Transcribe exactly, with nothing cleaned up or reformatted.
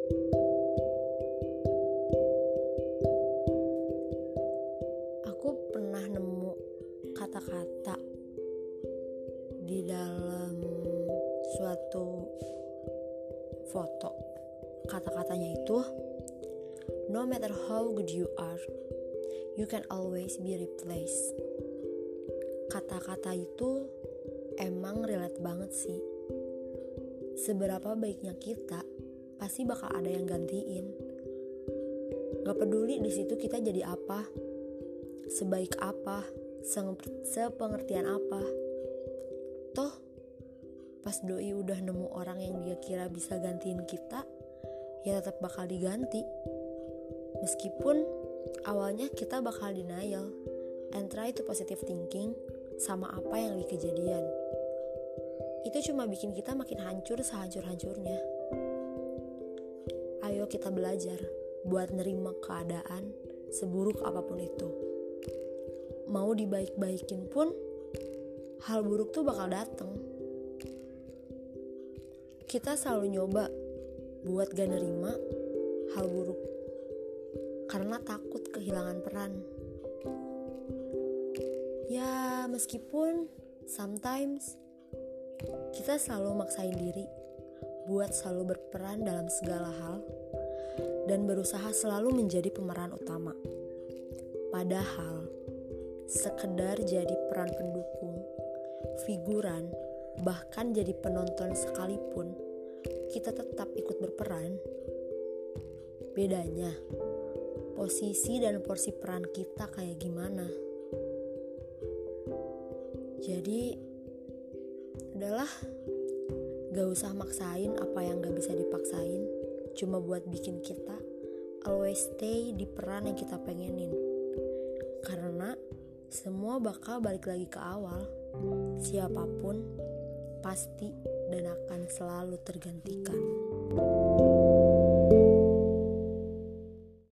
Aku pernah nemu kata-kata di dalam suatu foto. Kata-katanya itu, no matter how good you are, you can always be replaced. Kata-kata itu emang relate banget sih. Seberapa baiknya kita, pasti bakal ada yang gantiin. Gak peduli di situ kita jadi apa, sebaik apa, sepengertian apa. Toh, pas doi udah nemu orang yang dia kira bisa gantiin kita, ya tetap bakal diganti. Meskipun awalnya kita bakal denial and try to positive thinking sama apa yang lagi kejadian. Itu cuma bikin kita makin hancur sehancur-hancurnya. Ayo kita belajar buat nerima keadaan seburuk apapun itu. Mau dibaik-baikin pun, hal buruk tuh bakal dateng. Kita selalu nyoba buat gak nerima hal buruk karena takut kehilangan peran. Ya meskipun sometimes kita selalu maksain diri buat selalu berperan dalam segala hal dan berusaha selalu menjadi pemeran utama. Padahal sekedar jadi peran pendukung, figuran, bahkan jadi penonton sekalipun, kita tetap ikut berperan. Bedanya, posisi dan porsi peran kita kayak gimana. Jadi, udahlah, gak usah maksain apa yang gak bisa dipaksain, cuma buat bikin kita always stay di peran yang kita pengenin. Karena semua bakal balik lagi ke awal. Siapapun pasti dan akan selalu tergantikan.